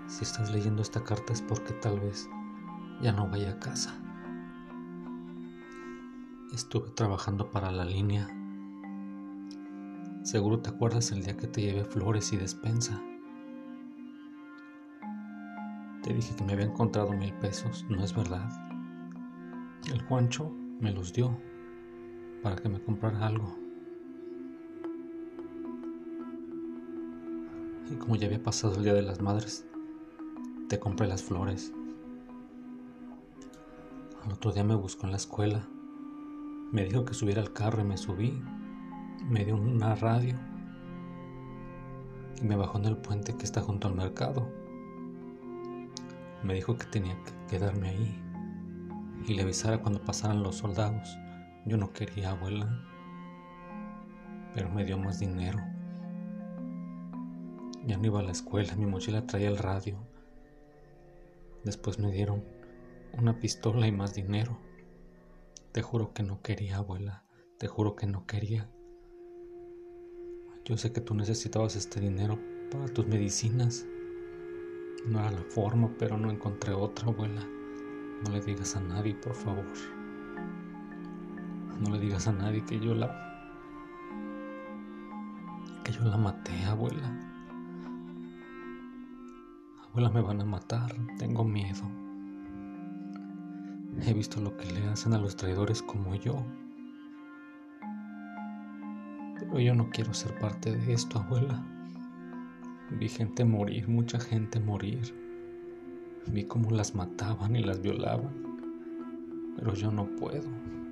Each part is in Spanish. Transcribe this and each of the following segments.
Si estás leyendo esta carta es porque tal vez ya no vaya a casa. Estuve trabajando para la línea. Seguro te acuerdas el día que te llevé flores y despensa. Te dije que me había encontrado 1,000 pesos, ¿no es verdad? El Juancho me los dio para que me comprara algo. Y como ya había pasado el Día de las Madres, te compré las flores. Al otro día me buscó en la escuela. Me dijo que subiera al carro y me subí. Me dio una radio y me bajó en el puente que está junto al mercado. Me dijo que tenía que quedarme ahí y le avisara cuando pasaran los soldados. Yo no quería, abuela, pero me dio más dinero. Ya no iba a la escuela, mi mochila traía el radio. Después me dieron una pistola y más dinero. Te juro que no quería, abuela, te juro que no quería. Yo sé que tú necesitabas este dinero para tus medicinas. No era la forma, pero no encontré otra, abuela. No le digas a nadie, por favor. No le digas a nadie que yo la maté, abuela. Abuela, me van a matar, tengo miedo. He visto lo que le hacen a los traidores como yo. Pero yo no quiero ser parte de esto, abuela. Vi gente morir, mucha gente morir. Vi cómo las mataban y las violaban. Pero yo no puedo.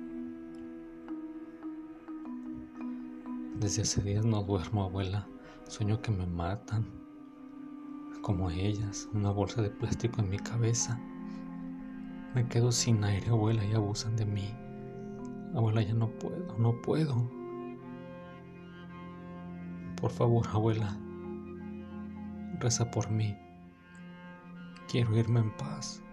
Desde hace días no duermo, abuela. Sueño que me matan. Como ellas, una bolsa de plástico en mi cabeza. Me quedo sin aire, abuela, y abusan de mí. Abuela, ya no puedo, no puedo. Por favor, abuela, reza por mí. Quiero irme en paz.